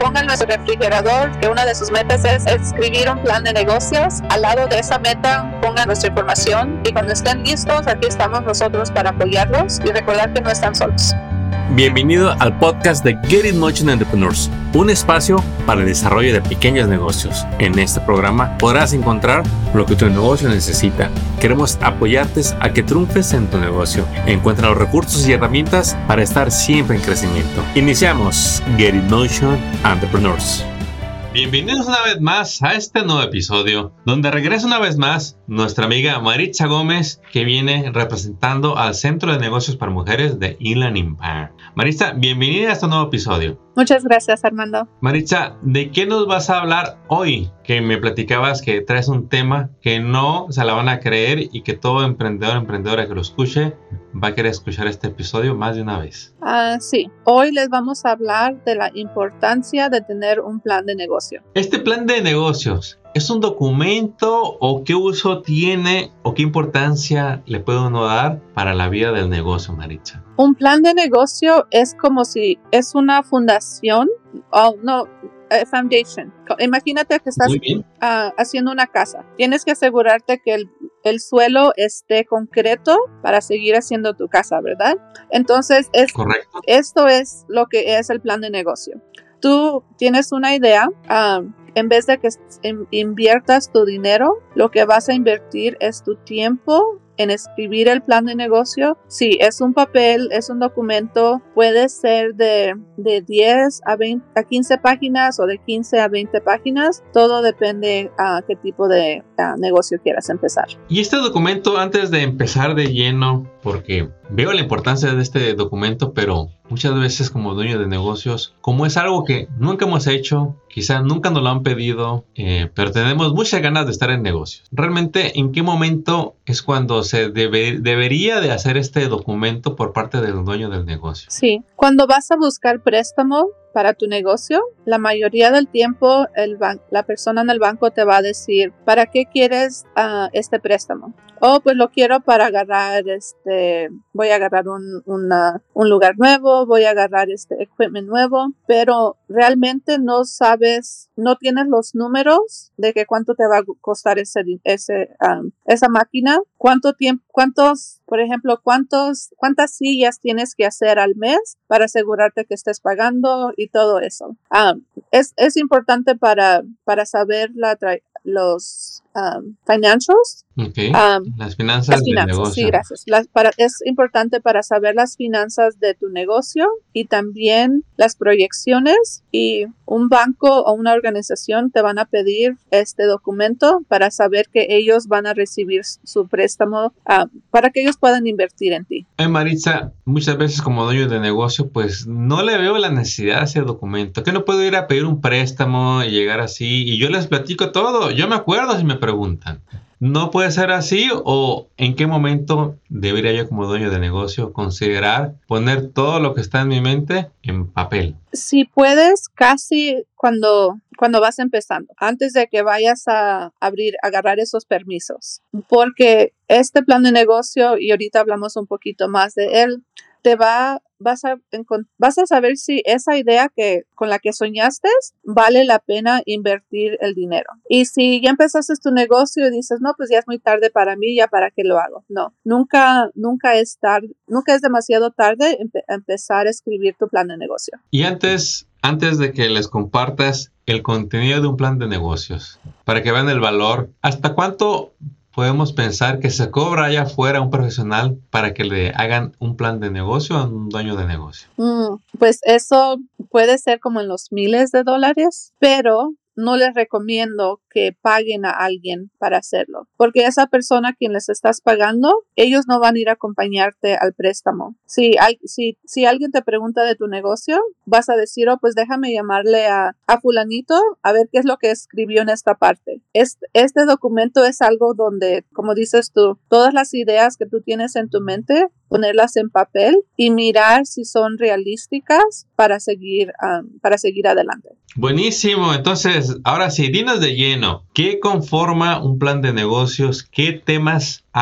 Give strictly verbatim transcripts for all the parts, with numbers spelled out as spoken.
pongan nuestro refrigerador, que una de sus metas es escribir un plan de negocios. Al lado de esa meta, pongan nuestra información y cuando estén listos, aquí estamos nosotros para apoyarlos y recordar que no están solos. Bienvenido al podcast de Get In Motion Entrepreneurs, un espacio para el desarrollo de pequeños negocios. En este programa podrás encontrar lo que tu negocio necesita. Queremos apoyarte a que triunfes en tu negocio. Encuentra los recursos y herramientas para estar siempre en crecimiento. Iniciamos Get In Motion Entrepreneurs. Bienvenidos una vez más a este nuevo episodio, donde regresa una vez más nuestra amiga Maritza Gómez, que viene representando al Centro de Negocios para Mujeres de Inland Empire. Maritza, bienvenida a este nuevo episodio. Muchas gracias, Armando. Maritza, ¿de qué nos vas a hablar hoy? Que me platicabas que traes un tema que no se la van a creer y que todo emprendedor o emprendedora que lo escuche va a querer escuchar este episodio más de una vez. Uh, sí, hoy les vamos a hablar de la importancia de tener un plan de negocio. Este plan de negocios, ¿es un documento o qué uso tiene o qué importancia le puede uno dar para la vida del negocio, Maritza? Un plan de negocio es como si es una fundación, oh, no, a foundation. Imagínate que estás uh, haciendo una casa. Tienes que asegurarte que el, el suelo esté concreto para seguir haciendo tu casa, ¿verdad? Entonces, es, Correcto. Esto es lo que es el plan de negocio. Tú tienes una idea, uh, en vez de que inviertas tu dinero, lo que vas a invertir es tu tiempo en escribir el plan de negocio. Sí, es un papel, es un documento, puede ser de, de diez a veinte, a quince páginas o de quince a veinte páginas. Todo depende a uh, qué tipo de uh, negocio quieras empezar. Y este documento, antes de empezar de lleno, porque veo la importancia de este documento, pero muchas veces como dueño de negocios, como es algo que nunca hemos hecho, quizá nunca nos lo han pedido, eh, pero tenemos muchas ganas de estar en negocios. Realmente, ¿en qué momento es cuando se debe, debería de hacer este documento por parte del dueño del negocio? Sí, cuando vas a buscar préstamo para tu negocio, la mayoría del tiempo el ban- la persona en el banco te va a decir, ¿para qué quieres uh, este préstamo? Oh, pues lo quiero para agarrar, este, voy a agarrar un, una, un lugar nuevo, voy a agarrar este equipment nuevo, pero realmente no sabes, no tienes los números de que cuánto te va a costar ese, ese, um, esa máquina, cuánto tiempo, cuántos, por ejemplo, cuántos, cuántas sillas tienes que hacer al mes para asegurarte que estés pagando y todo eso. Um, es, es importante para, para saber la tra- los um, financials. Okay. Um, las finanzas, las del finanzas, negocio. Sí, gracias. Las, para, es importante para saber las finanzas de tu negocio y también las proyecciones, y un banco o una organización te van a pedir este documento para saber que ellos van a recibir su préstamo uh, para que ellos puedan invertir en ti. Ay, Maritza, muchas veces como dueño de negocio, pues no le veo la necesidad de ese documento. Que no puedo ir a pedir un préstamo y llegar así y yo les platico todo. Yo me acuerdo si me preguntan. ¿No puede ser así o en qué momento debería yo como dueño de negocio considerar poner todo lo que está en mi mente en papel? Si puedes, casi cuando, cuando vas empezando, antes de que vayas a abrir, agarrar esos permisos, porque este plan de negocio, y ahorita hablamos un poquito más de él, te va, vas a, vas a saber si esa idea que, con la que soñaste vale la pena invertir el dinero. Y si ya empezaste tu negocio y dices, no, pues ya es muy tarde para mí, ya para qué lo hago. No, nunca, nunca es tarde, nunca es demasiado tarde empe- empezar a escribir tu plan de negocio. Y antes, antes de que les compartas el contenido de un plan de negocios, para que vean el valor, ¿hasta cuánto podemos pensar que se cobra allá afuera un profesional para que le hagan un plan de negocio a un dueño de negocio? Mm, pues eso puede ser como en los miles de dólares, pero no les recomiendo que paguen a alguien para hacerlo, porque esa persona a quien les estás pagando, ellos no van a ir a acompañarte al préstamo. Si, si, si alguien te pregunta de tu negocio, vas a decir, oh, pues déjame llamarle a, a fulanito a ver qué es lo que escribió en esta parte. Este, este documento es algo donde, como dices tú, todas las ideas que tú tienes en tu mente, ponerlas en papel y mirar si son realísticas para seguir, um, para seguir adelante. Buenísimo. Entonces, ahora sí, dinos de lleno, ¿qué conforma un plan de negocios? ¿Qué temas hay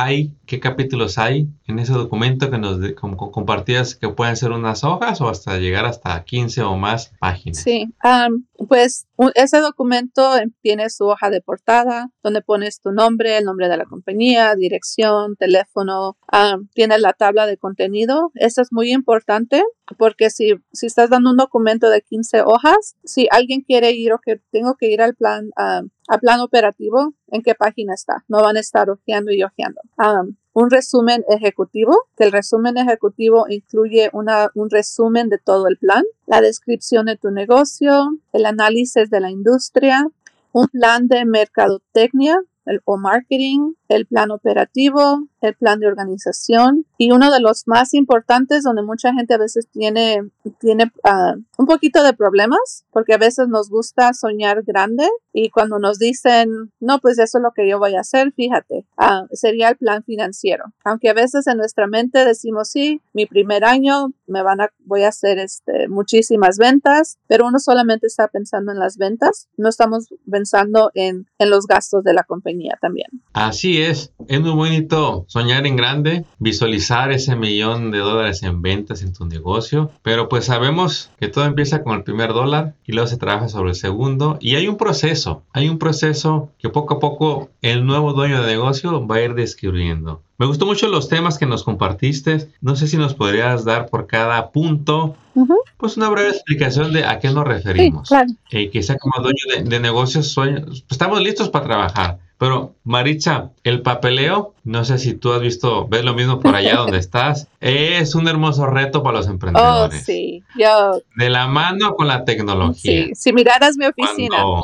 qué capítulos hay en ese documento que nos de, como, compartías, que pueden ser unas hojas o hasta llegar hasta quince o más páginas. Sí, um, pues un, ese documento tiene su hoja de portada donde pones tu nombre, el nombre de la compañía, dirección, teléfono, um, tiene la tabla de contenido. Eso es muy importante porque si, si estás dando un documento de quince hojas, si alguien quiere ir o que tengo que ir al plan, um, al plan operativo, ¿en qué página está? No van a estar hojeando y hojeando. Um, un resumen ejecutivo, que el resumen ejecutivo incluye una, un resumen de todo el plan, la descripción de tu negocio, el análisis de la industria, un plan de mercadotecnia el, o marketing, el plan operativo, el plan de organización y uno de los más importantes donde mucha gente a veces tiene, tiene uh, un poquito de problemas porque a veces nos gusta soñar grande y cuando nos dicen, no, pues eso es lo que yo voy a hacer, fíjate, uh, sería el plan financiero. Aunque a veces en nuestra mente decimos, sí, mi primer año me van a, voy a hacer este, muchísimas ventas, pero uno solamente está pensando en las ventas, no estamos pensando en, en los gastos de la compañía también. Así es, es muy bonito soñar en grande, visualizar ese millón de dólares en ventas en tu negocio, pero pues sabemos que todo empieza con el primer dólar y luego se trabaja sobre el segundo y hay un proceso, hay un proceso que poco a poco el nuevo dueño de negocio va a ir descubriendo. Me gustó mucho los temas que nos compartiste, no sé si nos podrías dar por cada punto uh-huh. pues una breve explicación de a qué nos referimos. Sí, claro. Eh, quizá como dueño de, de negocios sueño, pues estamos listos para trabajar. Pero, Maritza, el papeleo, no sé si tú has visto, ves lo mismo por allá donde estás, es un hermoso reto para los emprendedores. Oh, sí. Yo... De la mano con la tecnología. Sí, si miraras mi oficina. Cuando...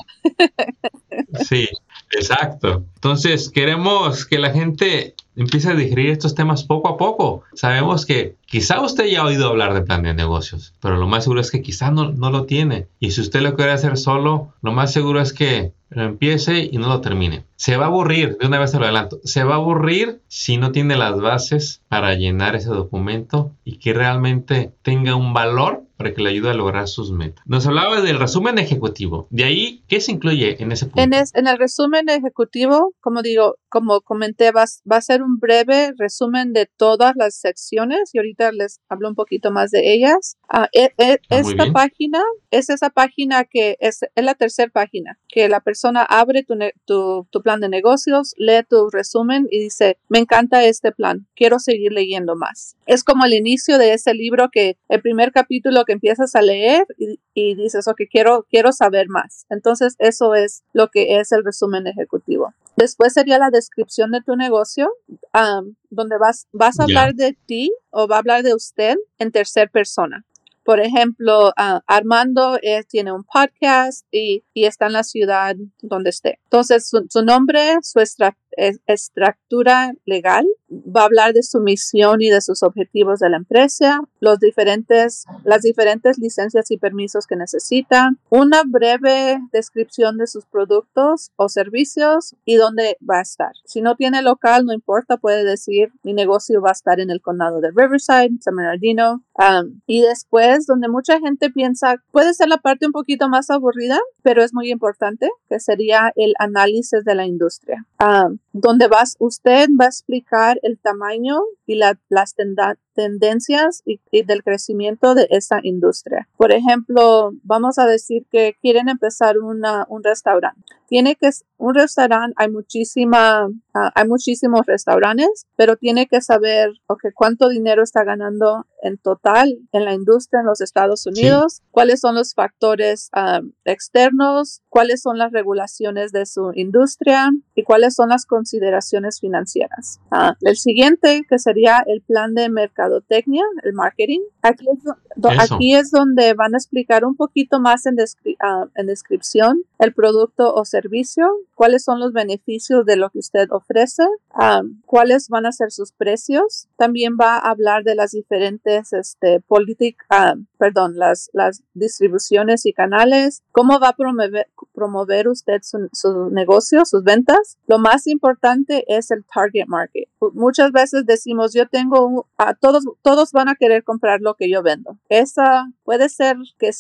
Sí, exacto. Entonces, queremos que la gente empiece a digerir estos temas poco a poco. Sabemos que quizá usted ya ha oído hablar de plan de negocios, pero lo más seguro es que quizá no, no lo tiene. Y si usted lo quiere hacer solo, lo más seguro es que lo empiece y no lo termine. Se va a aburrir, de una vez se lo adelanto, se va a aburrir si no tiene las bases para llenar ese documento y que realmente tenga un valor para que le ayude a lograr sus metas. Nos hablaba del resumen ejecutivo. De ahí, ¿qué se incluye en ese punto? En, es, en el resumen ejecutivo, como digo, como comenté, va, va a ser un breve resumen de todas las secciones y ahorita les hablo un poquito más de ellas. Uh, e, e, ah, esta página es esa página que es, es la tercera página, que la persona abre tu, tu, tu plan de negocios, lee tu resumen y dice, me encanta este plan, quiero seguir leyendo más. Es como el inicio de ese libro que el primer capítulo que empiezas a leer y, y dices, ok, quiero, quiero saber más. Entonces, eso es lo que es el resumen ejecutivo. Después sería la descripción de tu negocio, um, donde vas, vas a hablar yeah. de ti o va a hablar de usted en tercera persona. Por ejemplo, uh, Armando eh, tiene un podcast y, y está en la ciudad donde esté. Entonces, su, su nombre, su estra, es, estructura legal, va a hablar de su misión y de sus objetivos de la empresa, los diferentes, las diferentes licencias y permisos que necesita, una breve descripción de sus productos o servicios y dónde va a estar. Si no tiene local, no importa, puede decir, mi negocio va a estar en el condado de Riverside, San Bernardino. Um, y después, donde mucha gente piensa, puede ser la parte un poquito más aburrida, pero es muy importante, que sería el análisis de la industria. Um, donde vas, usted va a explicar el tamaño y la, las tenda, tendencias y, y del crecimiento de esa industria. Por ejemplo, vamos a decir que quieren empezar una, un restaurante. Tiene que, un restaurante, hay muchísima, uh, hay muchísimos restaurantes, pero tiene que saber, okay, cuánto dinero está ganando en total en la industria en los Estados Unidos, sí. cuáles son los factores um, externos, cuáles son las regulaciones de su industria y cuáles son las consideraciones financieras. Uh, el siguiente, que sería el plan de mercadotecnia, el marketing. Aquí es, do, aquí es donde van a explicar un poquito más en, descri uh, en descripción el producto o servicio, cuáles son los beneficios de lo que usted ofrece, um, cuáles van a ser sus precios. También va a hablar de las diferentes este, politic, uh, perdón, las, las distribuciones y canales, cómo va a promover, promover usted su, su negocio, sus ventas. Lo más importante es el target market. Muchas veces decimos, yo tengo, un, uh, todos, todos van a querer comprar lo que yo vendo. Esa puede ser que sí,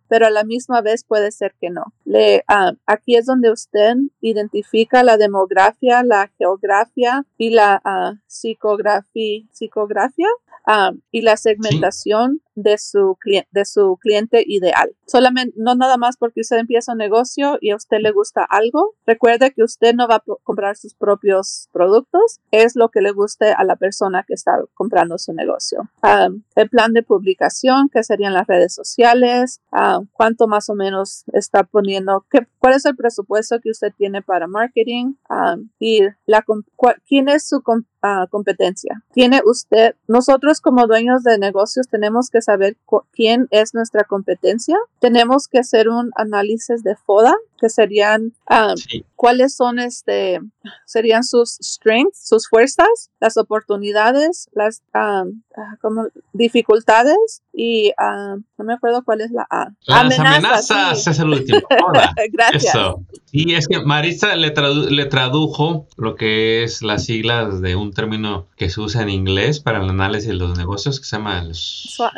pero a la misma vez puede ser que no. Le, uh, aquí es donde usted identifica la demografía, la geografía y la uh, psicografía, psicografía uh, y la segmentación sí. de su cliente, de su cliente ideal. Solamente, no nada más porque usted empieza un negocio y a usted le gusta algo. Recuerde que usted no va a comprar sus propios productos, es lo que le guste a la persona que está comprando su negocio. Um, el plan de publicación, que serían las redes sociales, uh, cuánto más o menos está poniendo, qué, cuál es el presupuesto que usted tiene para marketing um, y la, cuál, quién es su uh, competencia. Tiene usted, nosotros como dueños de negocios tenemos que saber cu- quién es nuestra competencia. Tenemos que hacer un análisis de FODA, que serían um, sí. cuáles son este serían sus strengths, sus fuerzas, las oportunidades, las um, como dificultades y um, no me acuerdo cuál es la A. Las amenazas, amenazas sí. Es el último. Hola. Gracias. Eso. Y es que Maritza le, tradu- le tradujo lo que es las siglas de un término que se usa en inglés para el análisis de los negocios que se llama el SWOT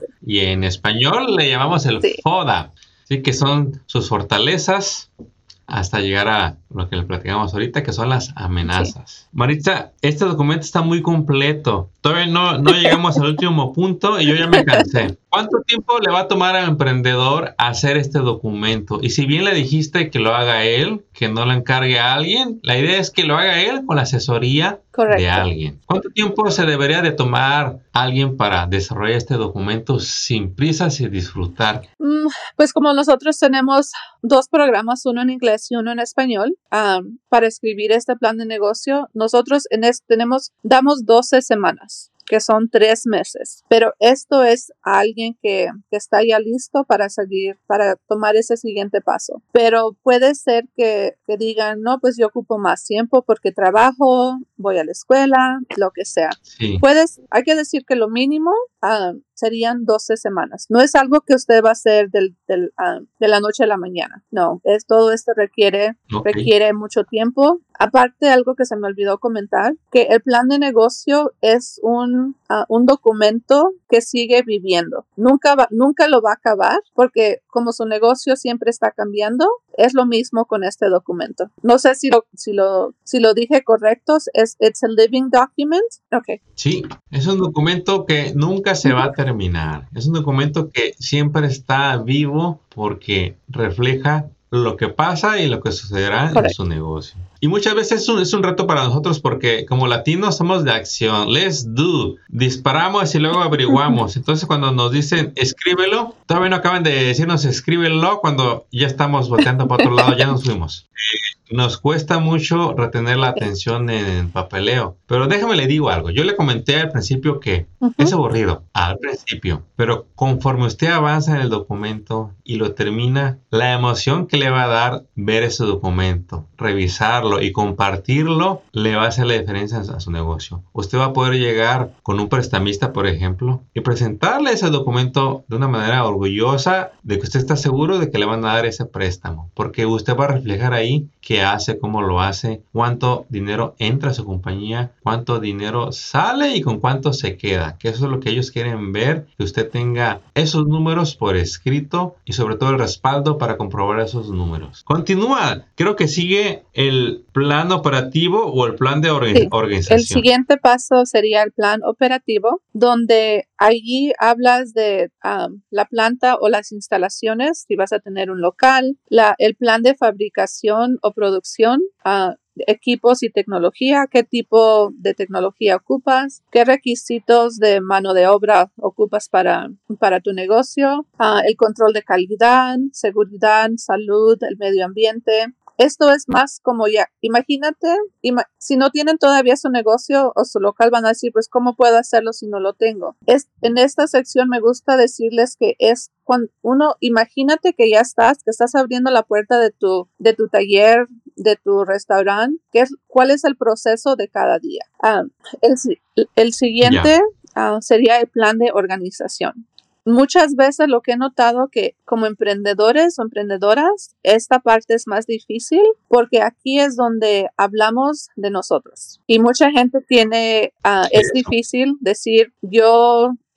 y en español le llamamos el sí. FODA. Sí, que son sus fortalezas hasta llegar a lo que le platicamos ahorita, que son las amenazas. Sí. Maritza, este documento está muy completo. Todavía no, no llegamos al último punto y yo ya me cansé. ¿Cuánto tiempo le va a tomar al emprendedor hacer este documento? Y si bien le dijiste que lo haga él, que no lo encargue a alguien, la idea es que lo haga él con la asesoría Correcto. De alguien. ¿Cuánto tiempo se debería de tomar alguien para desarrollar este documento sin prisas y disfrutar? Mm, pues como nosotros tenemos dos programas, uno en inglés y uno en español, um, para escribir este plan de negocio, nosotros en este tenemos, damos doce semanas. Que son tres meses. Pero esto es alguien que, que está ya listo para seguir, para tomar ese siguiente paso. Pero puede ser que, que digan, no, pues yo ocupo más tiempo porque trabajo, voy a la escuela, lo que sea. Sí. Puedes, hay que decir que lo mínimo um, serían doce semanas. No es algo que usted va a hacer del, del, um, de la noche a la mañana. No, es, todo esto requiere, okay. requiere mucho tiempo. Aparte, algo que se me olvidó comentar, que el plan de negocio es un Uh, un documento que sigue viviendo. Nunca va, nunca lo va a acabar porque como su negocio siempre está cambiando, es lo mismo con este documento. No sé si lo, si lo, si lo dije correcto, es it's a living document. Okay. Sí, es un documento que nunca se va a terminar. Es un documento que siempre está vivo porque refleja lo que pasa y lo que sucederá Correcto. En su negocio. Y muchas veces es un, es un reto para nosotros porque como latinos somos de acción. Let's do. Disparamos y luego averiguamos. Entonces cuando nos dicen escríbelo, todavía no acaban de decirnos escríbelo cuando ya estamos volteando para otro lado, ya nos fuimos. Eh, nos cuesta mucho retener la atención en el papeleo. Pero déjame le digo algo. Yo le comenté al principio que uh-huh. es aburrido al principio. Pero conforme usted avanza en el documento y lo termina, la emoción que le va a dar ver ese documento, revisarlo y compartirlo, le va a hacer la diferencia a su negocio. Usted va a poder llegar con un prestamista, por ejemplo, y presentarle ese documento de una manera orgullosa de que usted está seguro de que le van a dar ese préstamo, porque usted va a reflejar ahí qué hace, cómo lo hace, cuánto dinero entra a su compañía, cuánto dinero sale y con cuánto se queda, que eso es lo que ellos quieren ver, que usted tenga esos números por escrito y sobre todo el respaldo para comprobar esos números. Continúa, creo que sigue el plan operativo o el plan de orga- sí. organización. El siguiente paso sería el plan operativo, donde allí hablas de um, la planta o las instalaciones, si vas a tener un local, la, el plan de fabricación o producción, uh, equipos y tecnología, qué tipo de tecnología ocupas, qué requisitos de mano de obra ocupas para, para tu negocio, uh, el control de calidad, seguridad, salud, el medio ambiente. Esto es más como ya, imagínate, ima- si no tienen todavía su negocio o su local, van a decir, pues, ¿cómo puedo hacerlo si no lo tengo? Es, en esta sección me gusta decirles que es cuando uno, imagínate que ya estás, que estás abriendo la puerta de tu, de tu taller, de tu restaurante, ¿qué es, ¿cuál es el proceso de cada día? Ah, el, el siguiente yeah. uh, sería el plan de organización. Muchas veces lo que he notado que como emprendedores o emprendedoras, esta parte es más difícil porque aquí es donde hablamos de nosotros. Y mucha gente tiene, uh, es difícil decir, yo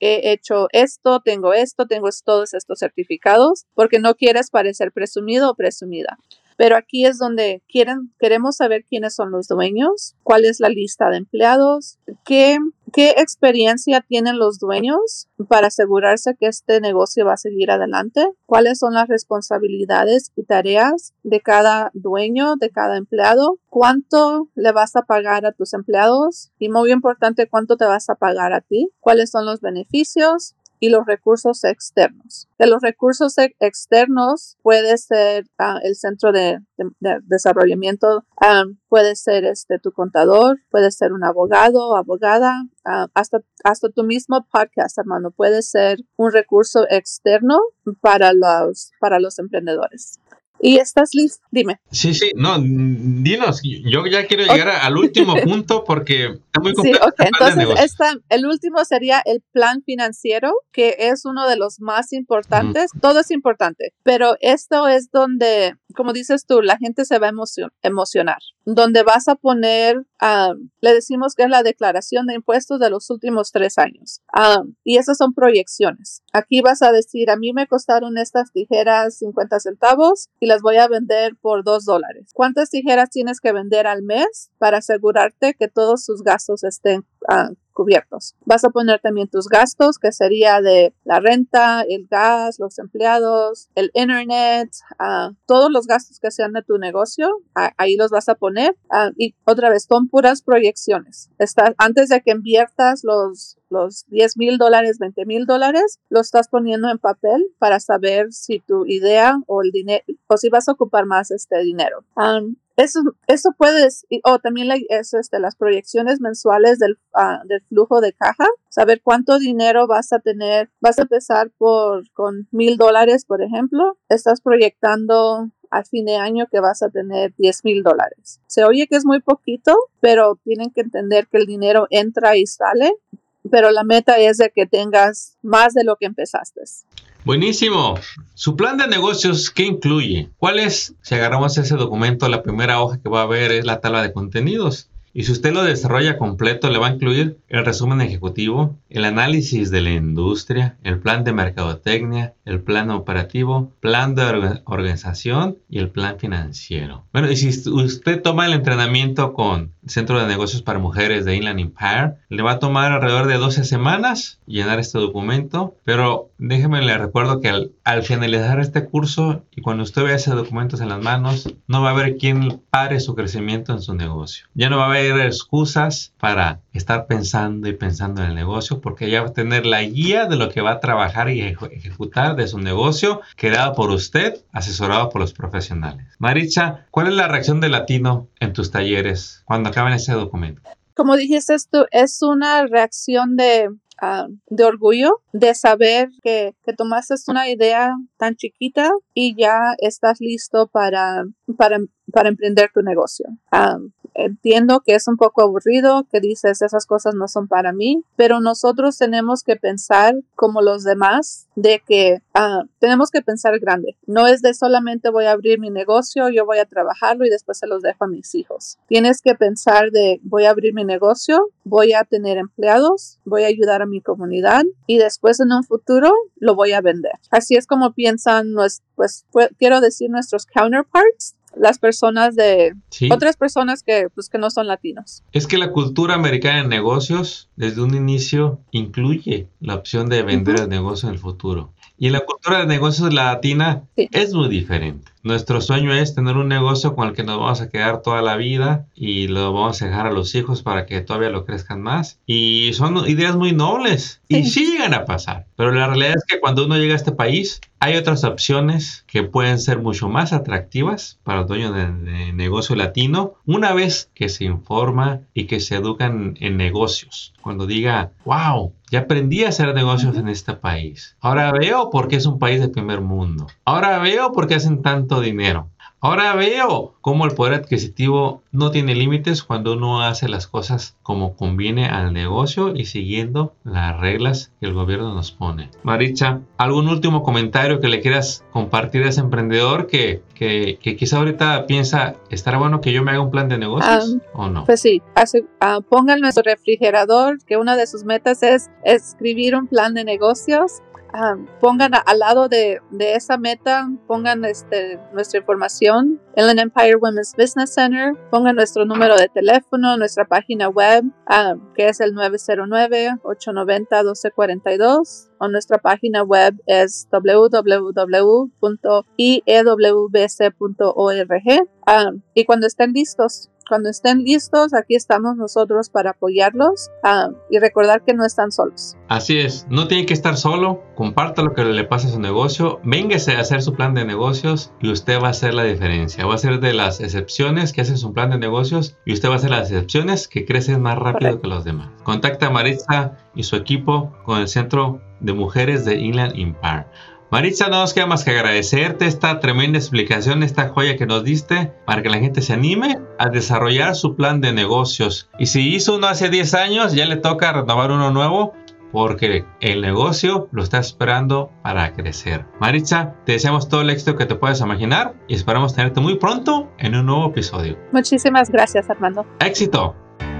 he hecho esto, tengo esto, tengo todos estos certificados, porque no quieres parecer presumido o presumida. Pero aquí es donde quieren, queremos saber quiénes son los dueños, cuál es la lista de empleados, qué, qué experiencia tienen los dueños para asegurarse que este negocio va a seguir adelante, cuáles son las responsabilidades y tareas de cada dueño, de cada empleado, cuánto le vas a pagar a tus empleados y muy importante, cuánto te vas a pagar a ti, cuáles son los beneficios y los recursos externos. De los recursos ex- externos puede ser uh, el centro de, de, de desarrollamiento, um, puede ser este, tu contador, puede ser un abogado o abogada, uh, hasta, hasta tu mismo podcast, hermano, puede ser un recurso externo para los, para los emprendedores. ¿Y estás listo? Dime. Sí, sí, no, dinos, yo ya quiero llegar okay. al último punto porque está muy complejo. Sí, ok, entonces esta, el último sería el plan financiero, que es uno de los más importantes. Mm. Todo es importante, pero esto es donde, como dices tú, la gente se va a emocion- emocionar, donde vas a poner, um, le decimos que es la declaración de impuestos de los últimos tres años, um, y esas son proyecciones. Aquí vas a decir, a mí me costaron estas tijeras cincuenta centavos y las voy a vender por dos dólares. ¿Cuántas tijeras tienes que vender al mes para asegurarte que todos sus gastos estén uh, cubiertos? Vas a poner también tus gastos, que sería de la renta, el gas, los empleados, el internet, uh, todos los gastos que sean de tu negocio, uh, ahí los vas a poner. Uh, y otra vez, son puras proyecciones. Está, antes de que inviertas los los diez mil dólares, veinte mil dólares, lo estás poniendo en papel para saber si tu idea o el dinero, o si vas a ocupar más este dinero. Um, Eso, eso puedes, o oh, también la, es este, las proyecciones mensuales del, uh, del flujo de caja, saber cuánto dinero vas a tener. Vas a empezar por con mil dólares, por ejemplo, estás proyectando a fin de año que vas a tener diez mil dólares. Se oye que es muy poquito, pero tienen que entender que el dinero entra y sale, pero la meta es de que tengas más de lo que empezaste. Buenísimo. Su plan de negocios, ¿qué incluye? ¿Cuál es? Si agarramos ese documento, la primera hoja que va a ver es la tabla de contenidos. Y si usted lo desarrolla completo, le va a incluir el resumen ejecutivo, el análisis de la industria, el plan de mercadotecnia, el plan operativo, plan de organización y el plan financiero. Bueno, y si usted toma el entrenamiento con el Centro de Negocios para Mujeres de Inland Empire, le va a tomar alrededor de doce semanas llenar este documento, pero déjeme le recuerdo que al, al finalizar este curso y cuando usted vea esos documentos en las manos, no va a haber quien pare su crecimiento en su negocio. Ya no va a haber excusas para estar pensando y pensando en el negocio, porque ya va a tener la guía de lo que va a trabajar y ejecutar de su negocio, creado por usted, asesorado por los profesionales. Maritza, ¿cuál es la reacción del latino en tus talleres cuando acaben ese documento? Como dijiste tú, es una reacción de, uh, de orgullo, de saber que, que tomaste una idea tan chiquita y ya estás listo para, para, para emprender tu negocio. Um, Entiendo que es un poco aburrido, que dices esas cosas no son para mí, pero nosotros tenemos que pensar como los demás, de que uh, tenemos que pensar grande. No es de solamente voy a abrir mi negocio, yo voy a trabajarlo y después se los dejo a mis hijos. Tienes que pensar de voy a abrir mi negocio, voy a tener empleados, voy a ayudar a mi comunidad y después en un futuro lo voy a vender. Así es como piensan, pues, pues quiero decir nuestros counterparts, las personas de sí. otras personas que, pues, que no son latinos. Es que la cultura americana en negocios desde un inicio incluye la opción de vender uh-huh. el negocio en el futuro. Y la cultura de negocios latina sí. es muy diferente. Nuestro sueño es tener un negocio con el que nos vamos a quedar toda la vida y lo vamos a dejar a los hijos para que todavía lo crezcan más. Y son ideas muy nobles sí. y sí llegan a pasar. Pero la realidad es que cuando uno llega a este país, hay otras opciones que pueden ser mucho más atractivas para el dueño de, de negocio latino una vez que se informa y que se educan en negocios. Cuando diga, wow, ya aprendí a hacer negocios uh-huh. en este país. Ahora veo por qué es un país de primer mundo. Ahora veo por qué hacen tanto dinero. Ahora veo cómo el poder adquisitivo no tiene límites cuando uno hace las cosas como conviene al negocio y siguiendo las reglas que el gobierno nos pone. Maritza, ¿algún último comentario que le quieras compartir a ese emprendedor que, que, que quizá ahorita piensa, ¿estará bueno que yo me haga un plan de negocios um, o no? Pues sí, hace, uh, pongan nuestro refrigerador que una de sus metas es escribir un plan de negocios. Um, pongan a, al lado de, de esa meta, pongan este, nuestra información, Inland Empire Women's Business Center, pongan nuestro número de teléfono, nuestra página web, um, que es el nueve cero nueve, ocho nueve cero, uno dos cuatro dos, o nuestra página web es w w w punto i e w b c punto org. Um, y cuando estén listos, Cuando estén listos, aquí estamos nosotros para apoyarlos uh, y recordar que no están solos. Así es, no tiene que estar solo, comparta lo que le pasa a su negocio, véngase a hacer su plan de negocios y usted va a hacer la diferencia. Va a ser de las excepciones que hacen su plan de negocios y usted va a ser las excepciones que crecen más rápido Correcto. Que los demás. Contacta a Maritza y su equipo con el Centro de Mujeres de Inland Empire. Maritza, no nos queda más que agradecerte esta tremenda explicación, esta joya que nos diste para que la gente se anime a desarrollar su plan de negocios. Y si hizo uno hace diez años, ya le toca renovar uno nuevo porque el negocio lo está esperando para crecer. Maritza, te deseamos todo el éxito que te puedas imaginar y esperamos tenerte muy pronto en un nuevo episodio. Muchísimas gracias, Armando. ¡Éxito!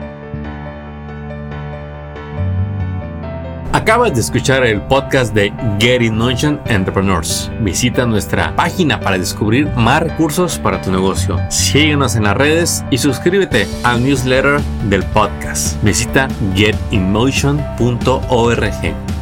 Acabas de escuchar el podcast de Get in Motion Entrepreneurs. Visita nuestra página para descubrir más recursos para tu negocio. Síguenos en las redes y suscríbete al newsletter del podcast. Visita get in motion punto org.